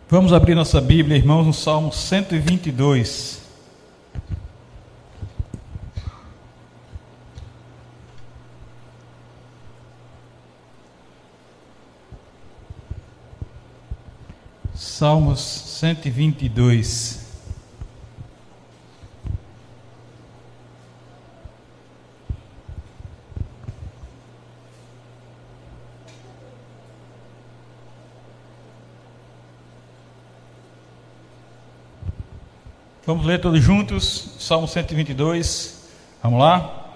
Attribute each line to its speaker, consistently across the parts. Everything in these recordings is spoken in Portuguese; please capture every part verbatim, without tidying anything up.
Speaker 1: Vamos abrir nossa Bíblia, irmãos, no Salmo cento e vinte e dois. Salmos cento e vinte e dois. Vamos ler todos juntos, Salmo cento e vinte e dois, vamos lá?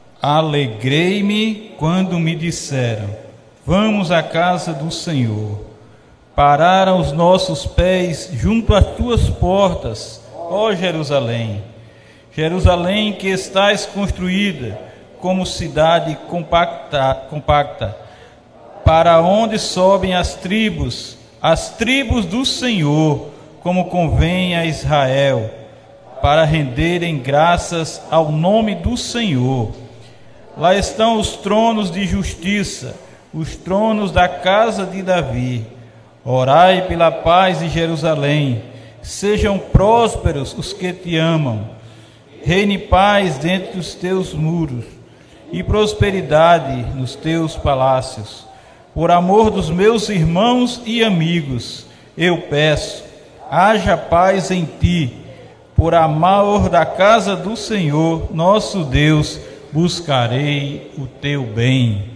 Speaker 1: Alegrei-me quando me disseram, vamos à casa do Senhor. Pararam os nossos pés junto às tuas portas, ó Jerusalém. Jerusalém que estás construída como cidade compacta, compacta, para onde sobem as tribos, as tribos do Senhor, como convém a Israel, para renderem graças ao nome do Senhor. Lá estão os tronos de justiça, os tronos da casa de Davi. Orai pela paz de Jerusalém, sejam prósperos os que te amam. Reine paz dentro dos teus muros, e prosperidade nos teus palácios. Por amor dos meus irmãos e amigos, eu peço, haja paz em ti. Por amor da casa do Senhor, nosso Deus, buscarei o teu bem.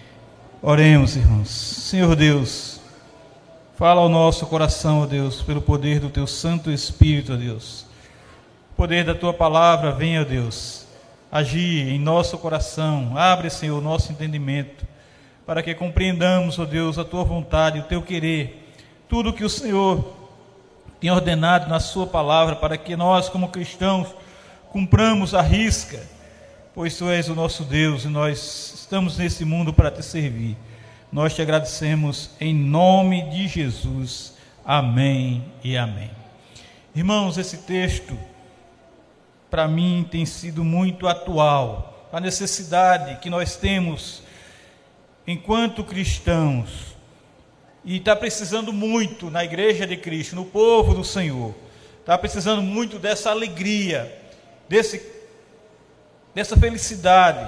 Speaker 1: Oremos, irmãos. Senhor Deus, fala ao nosso coração, ó Deus, pelo poder do teu Santo Espírito, ó Deus. O poder da tua palavra, venha, ó Deus, agir em nosso coração. Abre, Senhor, o nosso entendimento, para que compreendamos, ó Deus, a tua vontade, o teu querer, tudo que o Senhor tem ordenado na sua palavra, para que nós, como cristãos, cumpramos a risca, pois tu és o nosso Deus e nós estamos nesse mundo para te servir. Nós te agradecemos em nome de Jesus. Amém e amém. Irmãos, esse texto para mim tem sido muito atual, a necessidade que nós temos enquanto cristãos, e está precisando muito na igreja de Cristo, no povo do Senhor, está precisando muito dessa alegria, desse, dessa felicidade,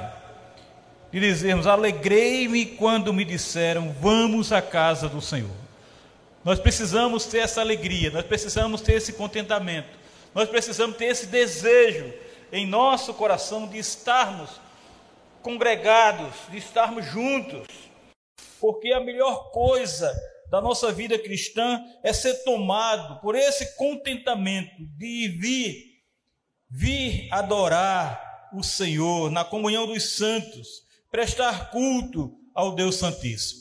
Speaker 1: de dizermos, alegrei-me quando me disseram, vamos à casa do Senhor. Nós precisamos ter essa alegria, nós precisamos ter esse contentamento, nós precisamos ter esse desejo em nosso coração de estarmos congregados, de estarmos juntos, porque a melhor coisa da nossa vida cristã é ser tomado por esse contentamento de vir, vir adorar o Senhor na comunhão dos santos, prestar culto ao Deus Santíssimo.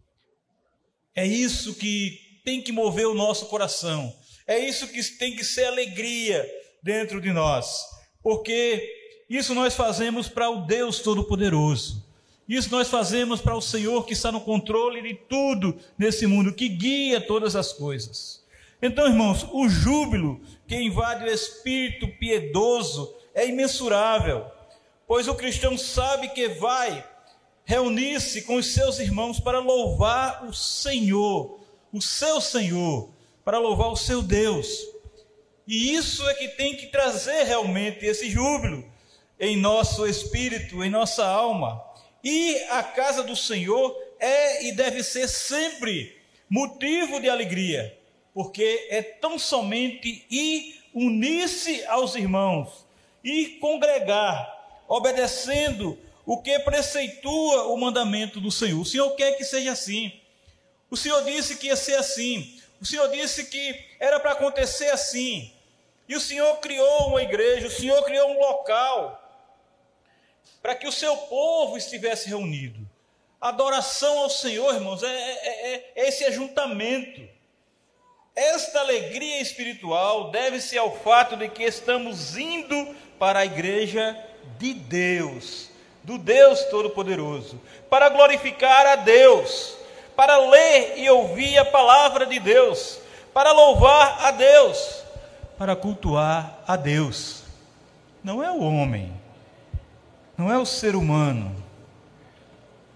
Speaker 1: É isso que tem que mover o nosso coração, é isso que tem que ser alegria dentro de nós, porque isso nós fazemos para o Deus Todo-Poderoso. Isso nós fazemos para o Senhor que está no controle de tudo nesse mundo, que guia todas as coisas. Então, irmãos, o júbilo que invade o espírito piedoso é imensurável, pois o cristão sabe que vai reunir-se com os seus irmãos para louvar o Senhor, o seu Senhor, para louvar o seu Deus. E isso é que tem que trazer realmente esse júbilo em nosso espírito, em nossa alma. E a casa do Senhor é e deve ser sempre motivo de alegria, porque é tão somente ir unir-se aos irmãos e congregar, obedecendo o que preceitua o mandamento do Senhor. O Senhor quer que seja assim. O Senhor disse que ia ser assim. O Senhor disse que era para acontecer assim. E o Senhor criou uma igreja, o Senhor criou um local para que o seu povo estivesse reunido. A adoração ao Senhor, irmãos, é, é, é, é esse ajuntamento. Esta alegria espiritual deve-se ao fato de que estamos indo para a igreja de Deus, do Deus Todo-Poderoso, para glorificar a Deus, para ler e ouvir a palavra de Deus, para louvar a Deus, para cultuar a Deus. Não é o homem, não é o ser humano,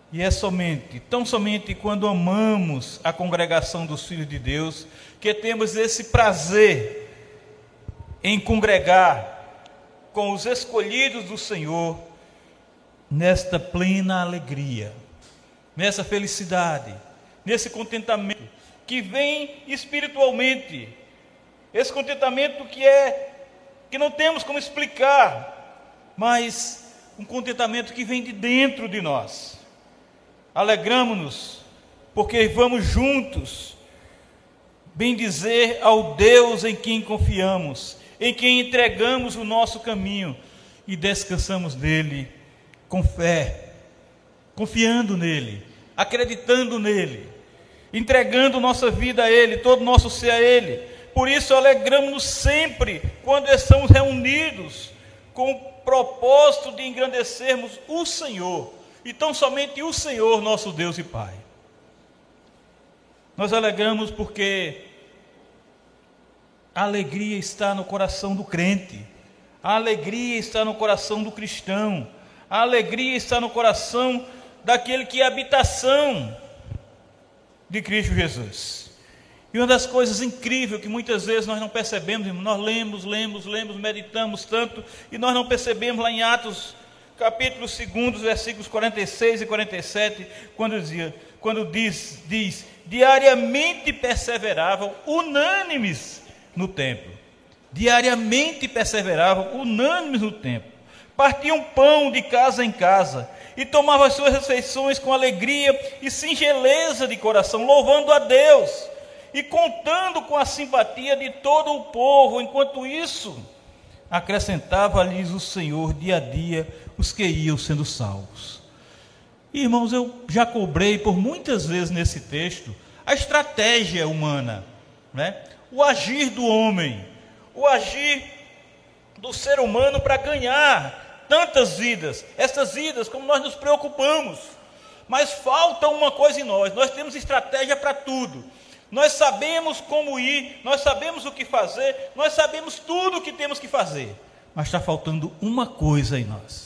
Speaker 1: E é somente, tão somente quando amamos a congregação dos filhos de Deus, que temos esse prazer em congregar com os escolhidos do Senhor, nesta plena alegria, nessa felicidade, nesse contentamento que vem espiritualmente, esse contentamento que é, que não temos como explicar, mas um contentamento que vem de dentro de nós. Alegramo-nos, porque vamos juntos bendizer ao Deus em quem confiamos, em quem entregamos o nosso caminho e descansamos nele com fé, confiando nele, acreditando nele, entregando nossa vida a ele, todo o nosso ser a ele. Por isso alegramos-nos sempre quando estamos reunidos com o propósito de engrandecermos o Senhor, e tão somente o Senhor, nosso Deus e Pai. Nós alegramos porque a alegria está no coração do crente, a alegria está no coração do cristão, a alegria está no coração daquele que é a habitação de Cristo Jesus. E uma das coisas incríveis que muitas vezes nós não percebemos, irmão, nós lemos, lemos, lemos, meditamos tanto, e nós não percebemos lá em Atos capítulo dois, versículos quarenta e seis e quarenta e sete, quando, dizia, quando diz, diz, diariamente perseveravam unânimes no templo, diariamente perseveravam unânimes no templo, partiam pão de casa em casa, e tomavam as suas refeições com alegria e singeleza de coração, louvando a Deus, e contando com a simpatia de todo o povo. Enquanto isso, acrescentava-lhes o Senhor dia a dia os que iam sendo salvos. Irmãos, eu já cobrei por muitas vezes nesse texto a estratégia humana, né? O agir do homem, o agir do ser humano para ganhar tantas vidas, essas vidas como nós nos preocupamos, mas falta uma coisa em nós, nós temos estratégia para tudo, nós sabemos como ir, nós sabemos o que fazer, nós sabemos tudo o que temos que fazer, mas está faltando uma coisa em nós.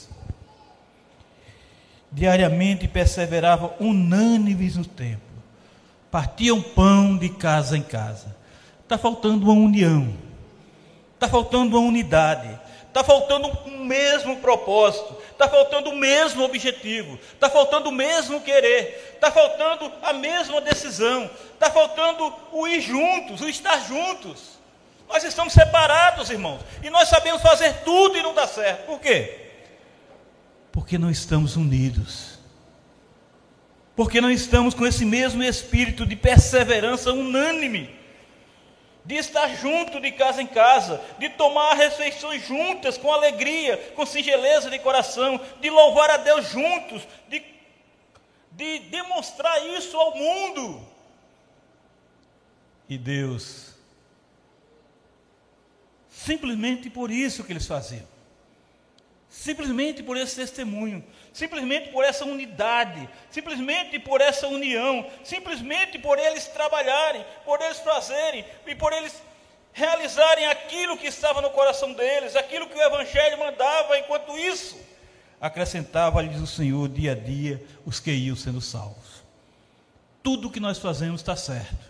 Speaker 1: Diariamente perseveravam unânimes no templo, partiam pão de casa em casa. Está faltando uma união, está faltando uma unidade, está faltando o mesmo propósito, está faltando o mesmo objetivo, está faltando o mesmo querer, está faltando a mesma decisão, está faltando o ir juntos, o estar juntos. Nós estamos separados, irmãos, e nós sabemos fazer tudo e não dá certo. Por quê? Porque não estamos unidos, porque não estamos com esse mesmo espírito de perseverança unânime, de estar junto de casa em casa, de tomar refeições juntas com alegria, com singeleza de coração, de louvar a Deus juntos, de, de demonstrar isso ao mundo. E Deus, simplesmente por isso que eles faziam, simplesmente por esse testemunho, simplesmente por essa unidade, simplesmente por essa união, simplesmente por eles trabalharem, por eles fazerem e por eles realizarem aquilo que estava no coração deles, aquilo que o Evangelho mandava. Enquanto isso, acrescentava-lhes o Senhor dia a dia os que iam sendo salvos. Tudo o que nós fazemos está certo,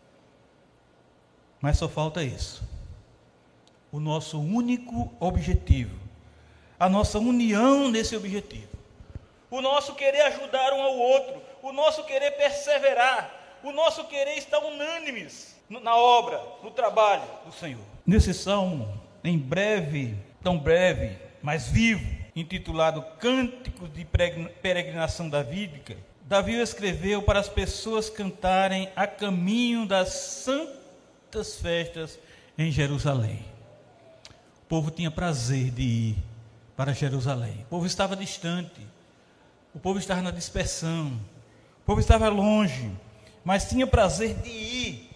Speaker 1: mas só falta isso, o nosso único objetivo, a nossa união nesse objetivo, o nosso querer ajudar um ao outro, o nosso querer perseverar, o nosso querer estar unânimes na obra, no trabalho do Senhor. Nesse salmo, em breve, tão breve, mas vivo, intitulado Cânticos de Peregrinação Davídica, Davi escreveu para as pessoas cantarem a caminho das santas festas em Jerusalém. O povo tinha prazer de ir para Jerusalém. O povo estava distante, o povo estava na dispersão, o povo estava longe, mas tinha prazer de ir.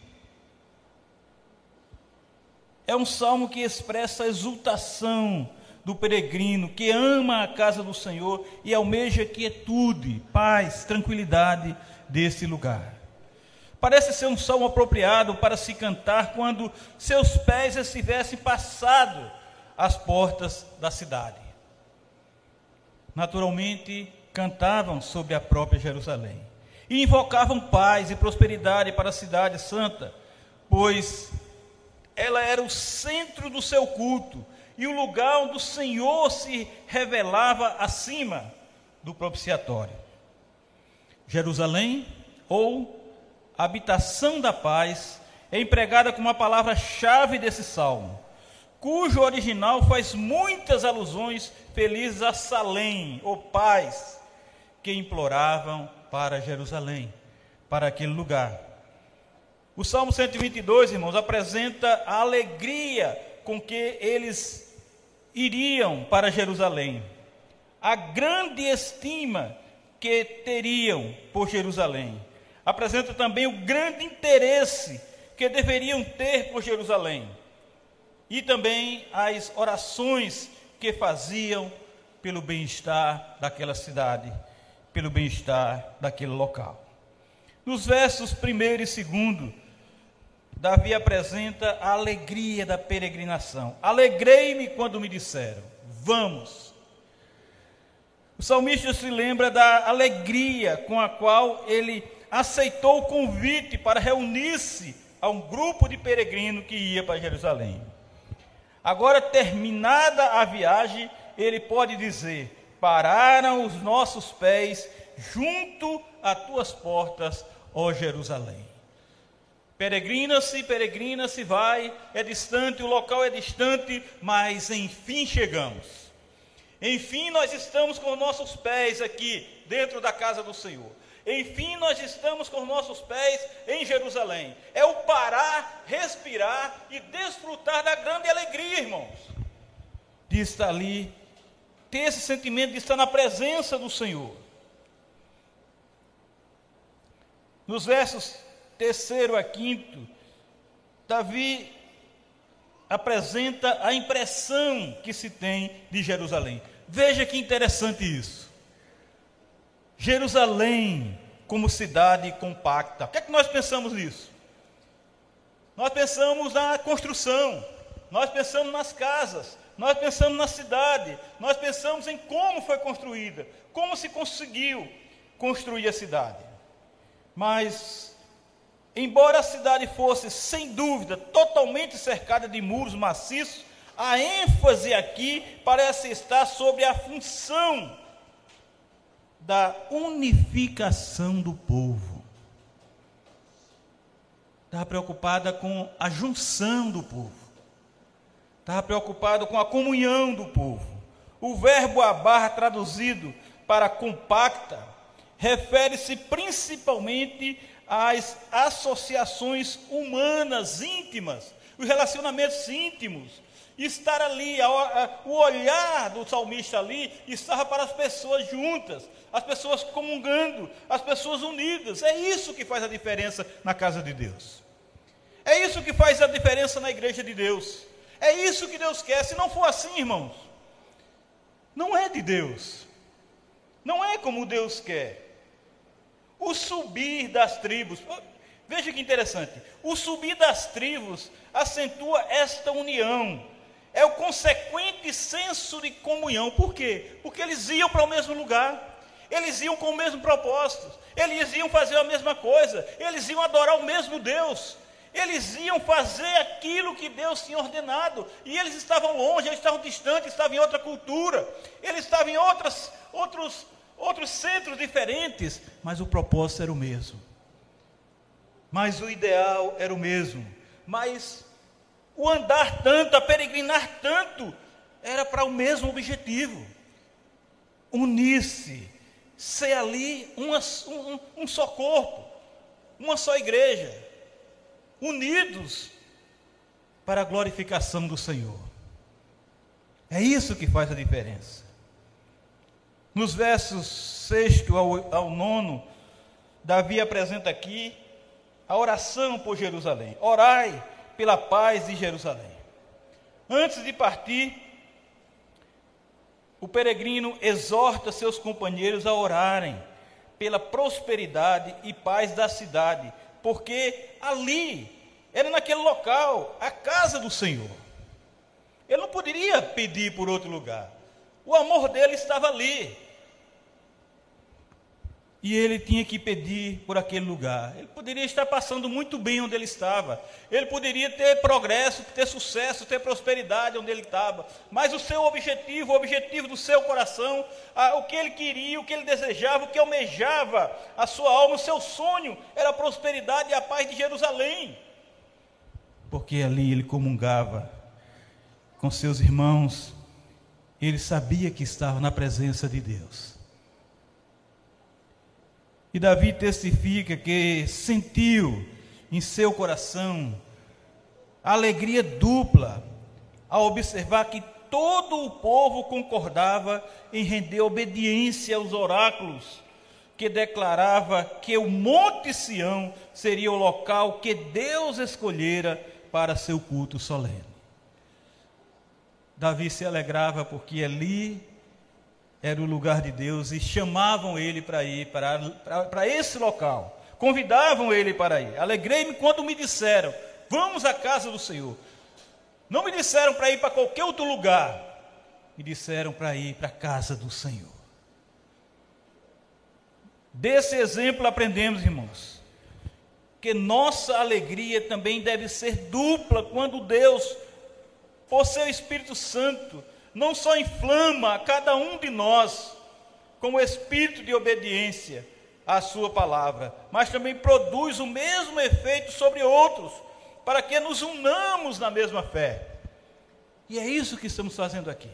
Speaker 1: É um salmo que expressa a exultação do peregrino que ama a casa do Senhor e almeja quietude, paz, tranquilidade desse lugar. Parece ser um salmo apropriado para se cantar quando seus pés estivessem passados às portas da cidade. Naturalmente, cantavam sobre a própria Jerusalém e invocavam paz e prosperidade para a cidade santa, pois ela era o centro do seu culto e o lugar onde o Senhor se revelava acima do propiciatório. Jerusalém, ou habitação da paz, é empregada como a palavra-chave desse salmo, cujo original faz muitas alusões felizes a Salém, ou paz, que imploravam para Jerusalém, para aquele lugar. O Salmo cento e vinte e dois, irmãos, apresenta a alegria com que eles iriam para Jerusalém, a grande estima que teriam por Jerusalém. Apresenta também o grande interesse que deveriam ter por Jerusalém, e também as orações que faziam pelo bem-estar daquela cidade, pelo bem-estar daquele local. Nos versos primeiro e segundo, Davi apresenta a alegria da peregrinação. Alegrei-me quando me disseram, vamos. O salmista se lembra da alegria com a qual ele aceitou o convite para reunir-se a um grupo de peregrinos que ia para Jerusalém. Agora, terminada a viagem, ele pode dizer, pararam os nossos pés junto a tuas portas, ó Jerusalém. Peregrina-se, peregrina-se, vai, é distante, o local é distante, mas enfim chegamos. Enfim nós estamos com os nossos pés aqui, dentro da casa do Senhor. Enfim nós estamos com os nossos pés em Jerusalém. É o parar, respirar e desfrutar da grande alegria, irmãos, de estar ali, ter esse sentimento de estar na presença do Senhor. Nos versos terceiro a quinto, Davi apresenta a impressão que se tem de Jerusalém. Veja que interessante isso. Jerusalém como cidade compacta. O que é que nós pensamos nisso? Nós pensamos na construção, nós pensamos nas casas, nós pensamos na cidade, nós pensamos em como foi construída, como se conseguiu construir a cidade. Mas, embora a cidade fosse, sem dúvida, totalmente cercada de muros maciços, a ênfase aqui parece estar sobre a função da unificação do povo. Estava preocupada com a junção do povo. Estava preocupado com a comunhão do povo. O verbo abar, traduzido para compacta, refere-se principalmente às associações humanas íntimas, os relacionamentos íntimos. Estar ali, a, a, o olhar do salmista ali estava para as pessoas juntas, as pessoas comungando, as pessoas unidas. É isso que faz a diferença na casa de Deus. É isso que faz a diferença na igreja de Deus. É isso que Deus quer. Se não for assim, irmãos, não é de Deus. Não é como Deus quer. O subir das tribos, veja que interessante, o subir das tribos acentua esta união. É o consequente senso de comunhão. Por quê? Porque eles iam para o mesmo lugar, eles iam com o mesmo propósito, eles iam fazer a mesma coisa, eles iam adorar o mesmo Deus, eles iam fazer aquilo que Deus tinha ordenado, e eles estavam longe, eles estavam distantes, estavam em outra cultura, eles estavam em outras, outros, outros centros diferentes, mas o propósito era o mesmo, mas o ideal era o mesmo, mas o andar tanto, a peregrinar tanto, era para o mesmo objetivo, unir-se, ser ali uma, um, um só corpo, uma só igreja, unidos para a glorificação do Senhor. É isso que faz a diferença. Nos versos sexto ao, ao nono, Davi apresenta aqui a oração por Jerusalém. Orai pela paz de Jerusalém. Antes de partir, o peregrino exorta seus companheiros a orarem pela prosperidade e paz da cidade, porque ali, era naquele local, a casa do Senhor. Ele não poderia pedir por outro lugar. O amor dele estava ali. E ele tinha que pedir por aquele lugar. Ele poderia estar passando muito bem onde ele estava. Ele poderia ter progresso, ter sucesso, ter prosperidade onde ele estava. Mas o seu objetivo, o objetivo do seu coração, a, o que ele queria, o que ele desejava, o que almejava a sua alma, o seu sonho, era a prosperidade e a paz de Jerusalém. Porque ali ele comungava com seus irmãos. Ele sabia que estava na presença de Deus. E Davi testifica que sentiu em seu coração alegria dupla ao observar que todo o povo concordava em render obediência aos oráculos que declarava que o Monte Sião seria o local que Deus escolhera para seu culto solene. Davi se alegrava porque ali era o lugar de Deus e chamavam ele para ir para, para, para esse local, convidavam ele para ir. Alegrei-me quando me disseram, vamos à casa do Senhor. Não me disseram para ir para qualquer outro lugar, me disseram para ir para a casa do Senhor. Desse exemplo aprendemos, irmãos, que nossa alegria também deve ser dupla quando Deus, por seu Espírito Santo, não só inflama a cada um de nós com o espírito de obediência à sua palavra, mas também produz o mesmo efeito sobre outros, para que nos unamos na mesma fé. E é isso que estamos fazendo aqui.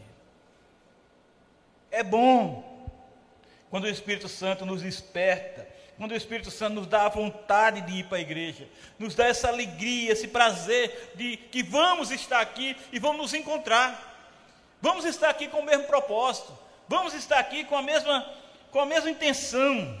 Speaker 1: É bom quando o Espírito Santo nos desperta, quando o Espírito Santo nos dá a vontade de ir para a igreja, nos dá essa alegria, esse prazer de que vamos estar aqui e vamos nos encontrar. Vamos estar aqui com o mesmo propósito, vamos estar aqui com a mesma, com a mesma intenção.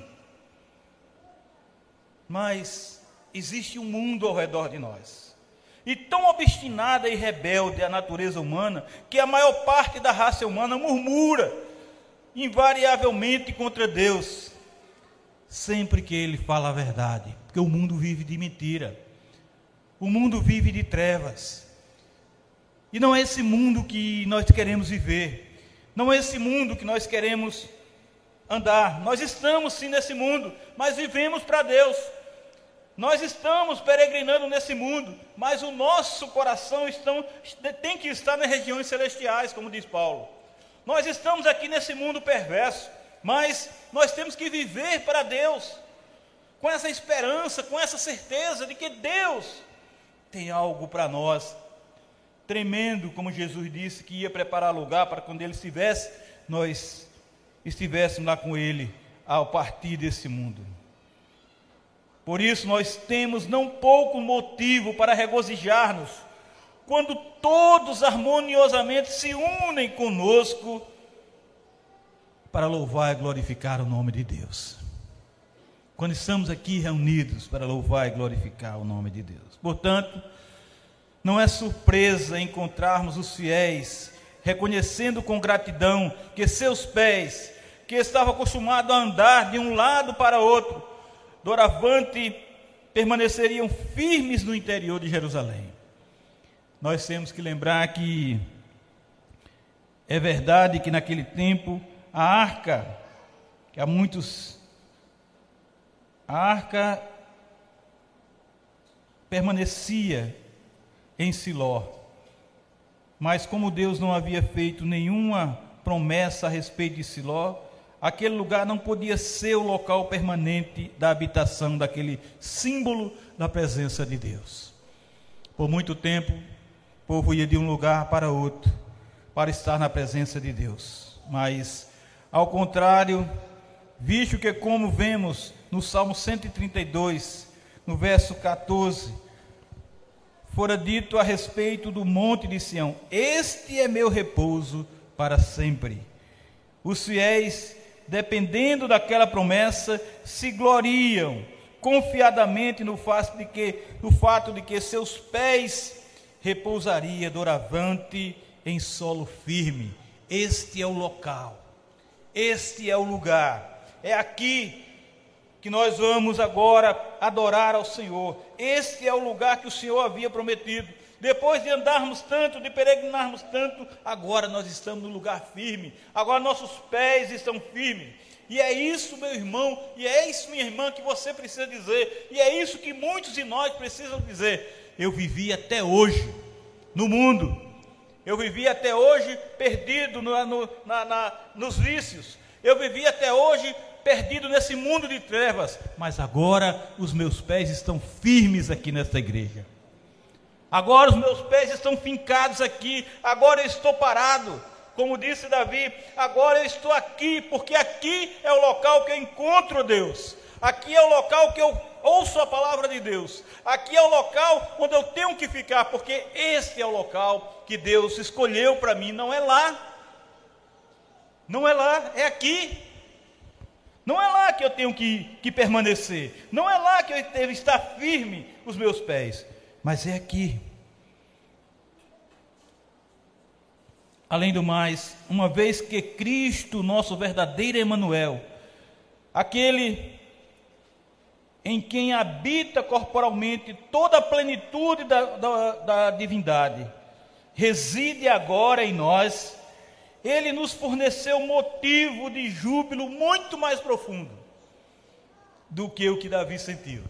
Speaker 1: Mas existe um mundo ao redor de nós, e tão obstinada e rebelde a natureza humana, que a maior parte da raça humana murmura invariavelmente contra Deus, sempre que ele fala a verdade, porque o mundo vive de mentira, o mundo vive de trevas. E não é esse mundo que nós queremos viver, não é esse mundo que nós queremos andar. Nós estamos sim nesse mundo, mas vivemos para Deus. Nós estamos peregrinando nesse mundo, mas o nosso coração estão, tem que estar nas regiões celestiais, como diz Paulo. Nós estamos aqui nesse mundo perverso, mas nós temos que viver para Deus, com essa esperança, com essa certeza de que Deus tem algo para nós, tremendo, como Jesus disse que ia preparar lugar para quando Ele estivesse, nós estivéssemos lá com Ele ao partir desse mundo. Por isso nós temos não pouco motivo para regozijar-nos, quando todos harmoniosamente se unem conosco para louvar e glorificar o nome de Deus. Quando estamos aqui reunidos para louvar e glorificar o nome de Deus. Portanto, não é surpresa encontrarmos os fiéis reconhecendo com gratidão que seus pés, que estavam acostumados a andar de um lado para outro, doravante permaneceriam firmes no interior de Jerusalém. Nós temos que lembrar que é verdade que naquele tempo a arca, que há muitos, a arca permanecia em Siló, mas como Deus não havia feito nenhuma promessa a respeito de Siló, aquele lugar não podia ser o local permanente da habitação daquele símbolo da presença de Deus. Por muito tempo, o povo ia de um lugar para outro, para estar na presença de Deus, mas, ao contrário, visto que, como vemos no Salmo cento e trinta e dois, no verso catorze, fora dito a respeito do monte de Sião, este é meu repouso para sempre. Os fiéis, dependendo daquela promessa, se gloriam confiadamente no fato de que, no fato de que seus pés repousaria doravante em solo firme. Este é o local, este é o lugar, é aqui que nós vamos agora adorar ao Senhor. Este é o lugar que o Senhor havia prometido. Depois de andarmos tanto, de peregrinarmos tanto, agora nós estamos no lugar firme, agora nossos pés estão firmes, E é isso, meu irmão, e é isso, minha irmã, que você precisa dizer, e é isso que muitos de nós precisam dizer. Eu vivi até hoje no mundo, eu vivi até hoje perdido no, no, na, na, nos vícios, eu vivi até hoje perdido nesse mundo de trevas, mas agora os meus pés estão firmes aqui nesta igreja. Agora os meus pés estão fincados aqui, agora eu estou parado. Como disse Davi, agora eu estou aqui, porque aqui é o local que eu encontro Deus. Aqui é o local que eu ouço a palavra de Deus. Aqui é o local onde eu tenho que ficar, porque este é o local que Deus escolheu para mim. Não é lá, não é lá, é aqui. Não é lá que eu tenho que, que permanecer. Não é lá que eu devo estar firme os meus pés, mas é aqui. Além do mais, uma vez que Cristo, nosso verdadeiro Emanuel, aquele em quem habita corporalmente toda a plenitude da, da, da divindade, reside agora em nós, Ele nos forneceu motivo de júbilo muito mais profundo do que o que Davi sentiu,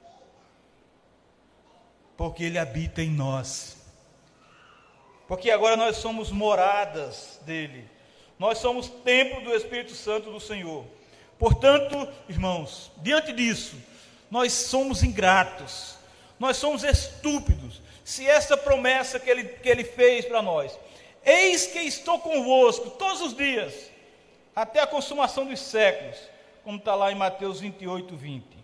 Speaker 1: porque Ele habita em nós. Porque agora nós somos moradas dele, nós somos templo do Espírito Santo do Senhor. Portanto, irmãos, diante disso, nós somos ingratos, nós somos estúpidos, se essa promessa que ele, que ele fez para nós, eis que estou convosco todos os dias, até a consumação dos séculos, como está lá em Mateus vinte e oito, vinte.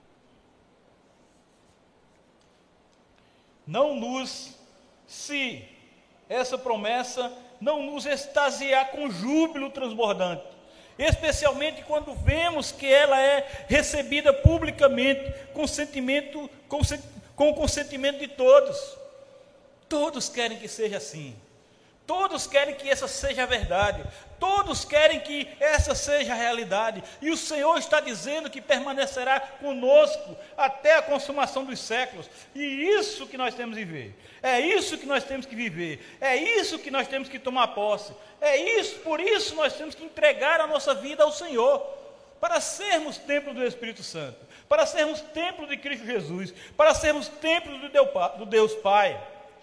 Speaker 1: Não nos, se essa promessa não nos extasiar com júbilo transbordante, especialmente quando vemos que ela é recebida publicamente com sentimento, com, com o consentimento de todos. Todos querem que seja assim. Todos querem que essa seja a verdade, todos querem que essa seja a realidade, e o Senhor está dizendo que permanecerá conosco até a consumação dos séculos, e isso que nós temos que viver, é isso que nós temos que viver, é isso que nós temos que tomar posse, é isso, por isso nós temos que entregar a nossa vida ao Senhor, para sermos templo do Espírito Santo, para sermos templo de Cristo Jesus, para sermos templo do Deus Pai.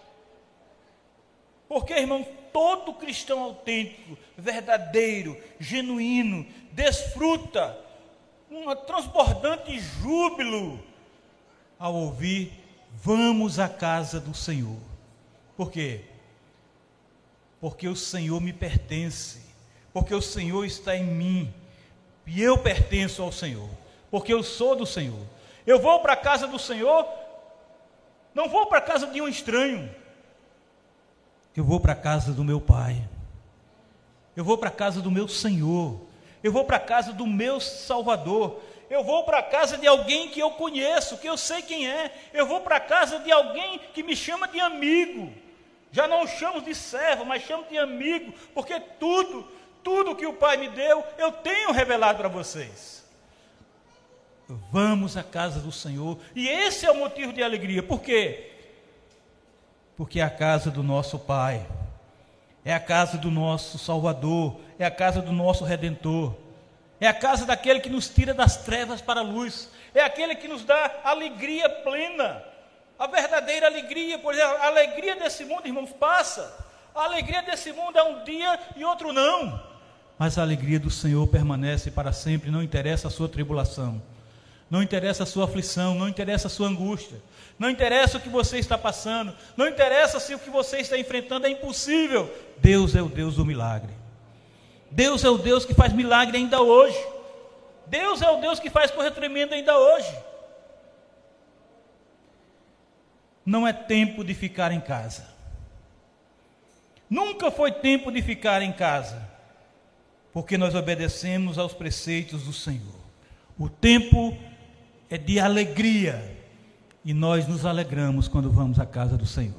Speaker 1: Porque, irmão, todo cristão autêntico, verdadeiro, genuíno, desfruta um transbordante júbilo ao ouvir: vamos à casa do Senhor. Por quê? Porque o Senhor me pertence, porque o Senhor está em mim, e eu pertenço ao Senhor, porque eu sou do Senhor. Eu vou para a casa do Senhor, não vou para a casa de um estranho, eu vou para a casa do meu Pai, eu vou para a casa do meu Senhor, eu vou para a casa do meu Salvador, eu vou para a casa de alguém que eu conheço, que eu sei quem é, eu vou para a casa de alguém que me chama de amigo, já não chamo de servo, mas chamo de amigo, porque tudo, tudo que o Pai me deu, eu tenho revelado para vocês. Vamos à casa do Senhor, e esse é o motivo de alegria. Por quê? Porque é a casa do nosso Pai, é a casa do nosso Salvador, é a casa do nosso Redentor, é a casa daquele que nos tira das trevas para a luz, é aquele que nos dá alegria plena, a verdadeira alegria, pois a alegria desse mundo, irmãos, passa, a alegria desse mundo é um dia e outro não, mas a alegria do Senhor permanece para sempre, não interessa a sua tribulação, não interessa a sua aflição, não interessa a sua angústia, não interessa o que você está passando, não interessa se o que você está enfrentando é impossível. Deus é o Deus do milagre. Deus é o Deus que faz milagre ainda hoje. Deus é o Deus que faz coisa tremenda ainda hoje. Não é tempo de ficar em casa. Nunca foi tempo de ficar em casa, porque nós obedecemos aos preceitos do Senhor. O tempo é de alegria, e nós nos alegramos quando vamos à casa do Senhor.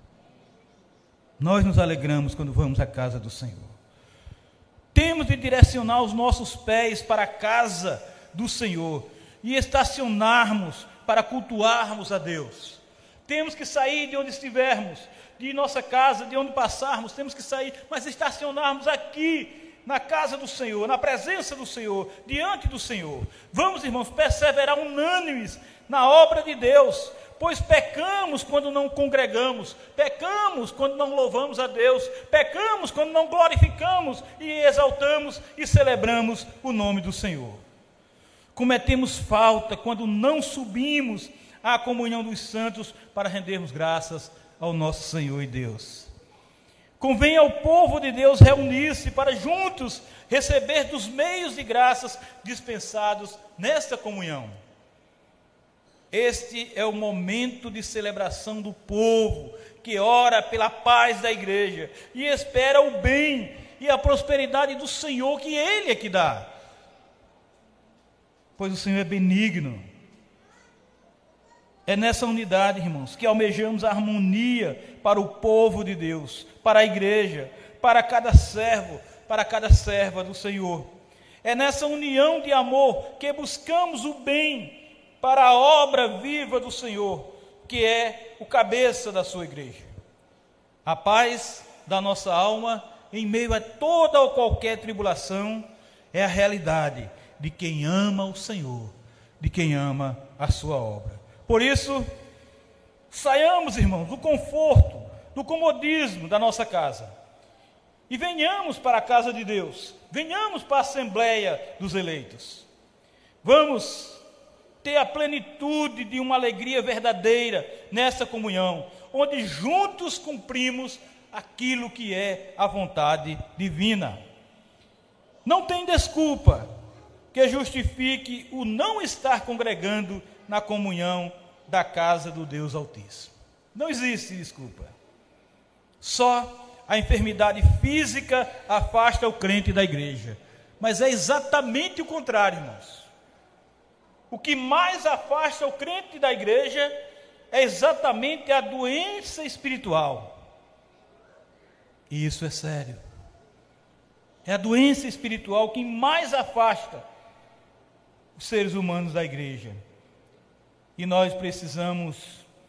Speaker 1: Nós nos alegramos quando vamos à casa do Senhor. Temos de direcionar os nossos pés para a casa do Senhor e estacionarmos para cultuarmos a Deus. Temos que sair de onde estivermos, de nossa casa, de onde passarmos, temos que sair, mas estacionarmos aqui, na casa do Senhor, na presença do Senhor, diante do Senhor. Vamos, irmãos, perseverar unânimes na obra de Deus, pois pecamos quando não congregamos, pecamos quando não louvamos a Deus, pecamos quando não glorificamos e exaltamos e celebramos o nome do Senhor. Cometemos falta quando não subimos à comunhão dos santos para rendermos graças ao nosso Senhor e Deus. Convém ao povo de Deus reunir-se para juntos receber dos meios de graças dispensados nesta comunhão. Este é o momento de celebração do povo que ora pela paz da igreja e espera o bem e a prosperidade do Senhor, que Ele é que dá. Pois o Senhor é benigno. É nessa unidade, irmãos, que almejamos a harmonia para o povo de Deus, para a igreja, para cada servo, para cada serva do Senhor. É nessa união de amor que buscamos o bem para a obra viva do Senhor, que é o cabeça da sua igreja. A paz da nossa alma, em meio a toda ou qualquer tribulação, é a realidade de quem ama o Senhor, de quem ama a sua obra. Por isso, saiamos, irmãos, do conforto, do comodismo da nossa casa e venhamos para a casa de Deus, venhamos para a Assembleia dos Eleitos. Vamos ter a plenitude de uma alegria verdadeira nessa comunhão, onde juntos cumprimos aquilo que é a vontade divina. Não tem desculpa que justifique o não estar congregando na comunhão da casa do Deus Altíssimo. Não existe desculpa. Só a enfermidade física afasta o crente da igreja. Mas é exatamente o contrário, irmãos. O que mais afasta o crente da igreja é exatamente a doença espiritual. E isso é sério. É a doença espiritual que mais afasta os seres humanos da igreja. E nós precisamos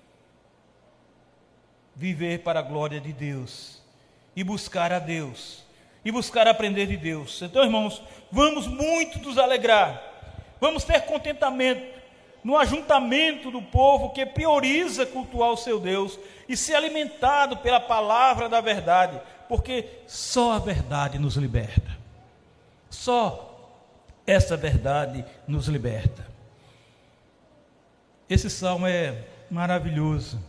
Speaker 1: viver para a glória de Deus e buscar a Deus e buscar aprender de Deus. Então, irmãos, vamos muito nos alegrar, vamos ter contentamento no ajuntamento do povo que prioriza cultuar o seu Deus e ser alimentado pela palavra da verdade, porque só a verdade nos liberta. Só essa verdade nos liberta. Esse salmo é maravilhoso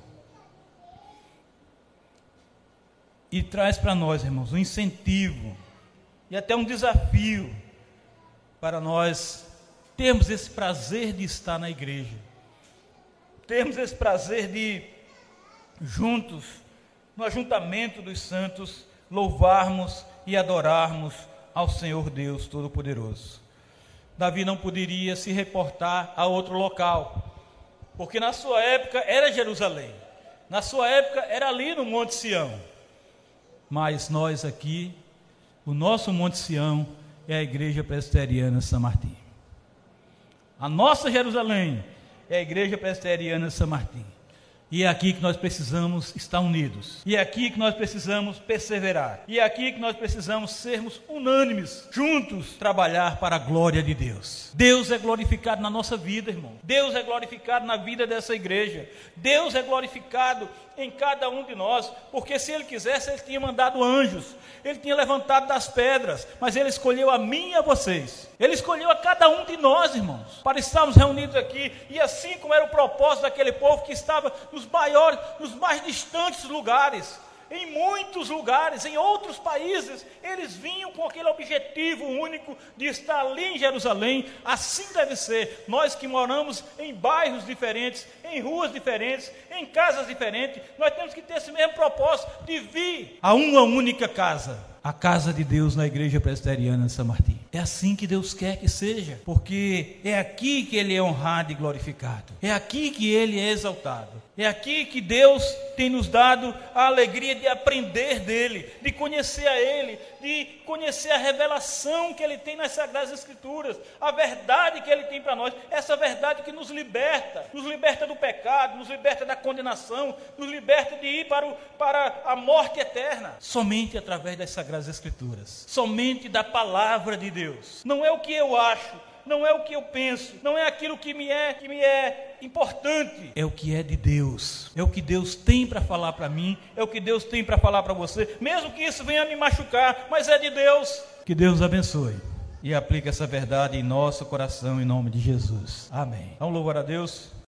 Speaker 1: e traz para nós, irmãos, um incentivo e até um desafio para nós termos esse prazer de estar na igreja, termos esse prazer de, juntos, no ajuntamento dos santos, louvarmos e adorarmos ao Senhor Deus Todo-Poderoso. Davi não poderia se reportar a outro local, porque na sua época era Jerusalém, na sua época era ali no Monte Sião, mas nós aqui, o nosso Monte Sião é a Igreja Presbiteriana São Martim. A nossa Jerusalém é a Igreja Presbiteriana São Martim. E é aqui que nós precisamos estar unidos. E é aqui que nós precisamos perseverar. E é aqui que nós precisamos sermos unânimes, juntos, trabalhar para a glória de Deus. Deus é glorificado na nossa vida, irmão. Deus é glorificado na vida dessa igreja. Deus é glorificado em cada um de nós, porque se Ele quisesse, Ele tinha mandado anjos. Ele tinha levantado das pedras, mas Ele escolheu a mim e a vocês. Ele escolheu a cada um de nós, irmãos, para estarmos reunidos aqui. E assim como era o propósito daquele povo que estava nos maiores, nos mais distantes lugares, em muitos lugares, em outros países, eles vinham com aquele objetivo único de estar ali em Jerusalém. Assim deve ser. Nós que moramos em bairros diferentes, em ruas diferentes, em casas diferentes, nós temos que ter esse mesmo propósito de vir a uma única casa, a casa de Deus na Igreja Presbiteriana São Martim. É assim que Deus quer que seja, porque é aqui que Ele é honrado e glorificado, é aqui que Ele é exaltado, é aqui que Deus tem nos dado a alegria de aprender dEle, de conhecer a Ele, de conhecer a revelação que Ele tem nas Sagradas Escrituras, a verdade que Ele tem para nós, essa verdade que nos liberta, nos liberta do pecado, nos liberta da condenação, nos liberta de ir para, o, para a morte eterna, somente através das Sagradas Escrituras, somente da palavra de Deus. Não é o que eu acho, não é o que eu penso, não é aquilo que me é, que me é importante, é o que é de Deus, é o que Deus tem para falar para mim, é o que Deus tem para falar para você, mesmo que isso venha me machucar, mas é de Deus. Que Deus abençoe e aplique essa verdade em nosso coração, em nome de Jesus. Amém. Vamos louvar a Deus.